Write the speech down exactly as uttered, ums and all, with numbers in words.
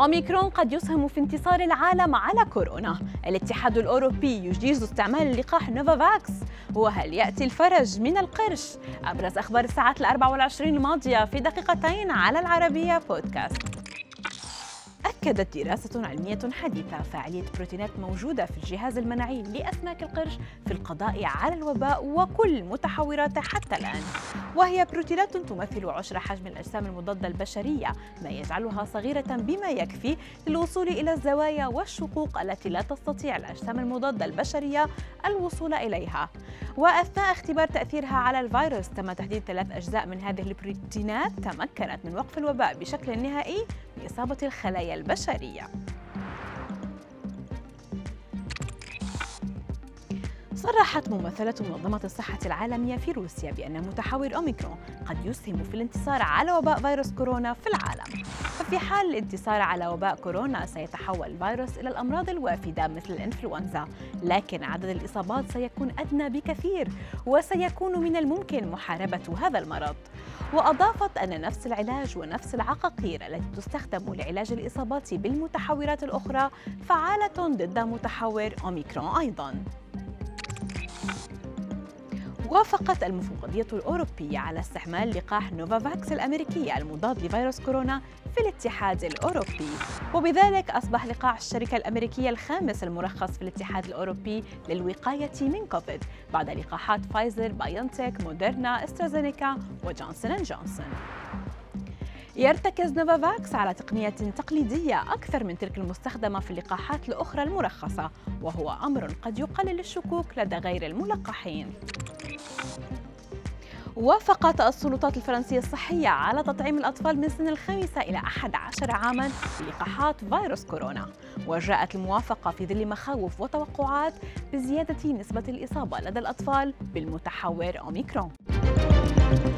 أوميكرون قد يسهم في انتصار العالم على كورونا. الاتحاد الأوروبي يجيز استعمال لقاح نوفافاكس. وهل يأتي الفرج من القرش؟ أبرز أخبار الساعات الأربع والعشرين الماضية في دقيقتين على العربية بودكاست. أكدت دراسة علمية حديثة فاعلية بروتينات موجودة في الجهاز المناعي لأسماك القرش في القضاء على الوباء وكل متحوراته حتى الآن، وهي بروتينات تمثل عشر حجم الأجسام المضادة البشرية، ما يجعلها صغيرة بما يكفي للوصول إلى الزوايا والشقوق التي لا تستطيع الأجسام المضادة البشرية الوصول إليها. وأثناء اختبار تأثيرها على الفيروس تم تحديد ثلاث أجزاء من هذه البروتينات تمكنت من وقف الوباء بشكل نهائي بإصابة الخلايا البشرية. صرحت ممثلة منظمة الصحة العالمية في روسيا بأن متحور أوميكرون قد يسهم في الانتصار على وباء فيروس كورونا في العالم. ففي حال الانتصار على وباء كورونا سيتحول الفيروس إلى الأمراض الوافدة مثل الإنفلونزا، لكن عدد الإصابات سيكون أدنى بكثير وسيكون من الممكن محاربة هذا المرض. وأضافت أن نفس العلاج ونفس العقاقير التي تستخدم لعلاج الإصابات بالمتحورات الأخرى فعالة ضد متحور أوميكرون أيضاً. وافقت المفوضية الأوروبية على استعمال لقاح نوفافاكس الأمريكي المضاد لفيروس كورونا في الاتحاد الأوروبي، وبذلك أصبح لقاح الشركة الأمريكية الخامس المرخص في الاتحاد الأوروبي للوقاية من كوفيد بعد لقاحات فايزر، بايونتك، موديرنا، استرازينيكا وجونسون أند جونسون. يرتكز نوفافاكس على تقنية تقليدية أكثر من تلك المستخدمة في اللقاحات الأخرى المرخصة، وهو أمر قد يقلل الشكوك لدى غير الملقحين. وافقت السلطات الفرنسية الصحية على تطعيم الأطفال من سن الخامسة إلى أحد عشر عاماً بلقاحات فيروس كورونا، وجاءت الموافقة في ظل مخاوف وتوقعات بزيادة نسبة الإصابة لدى الأطفال بالمتحور أوميكرون.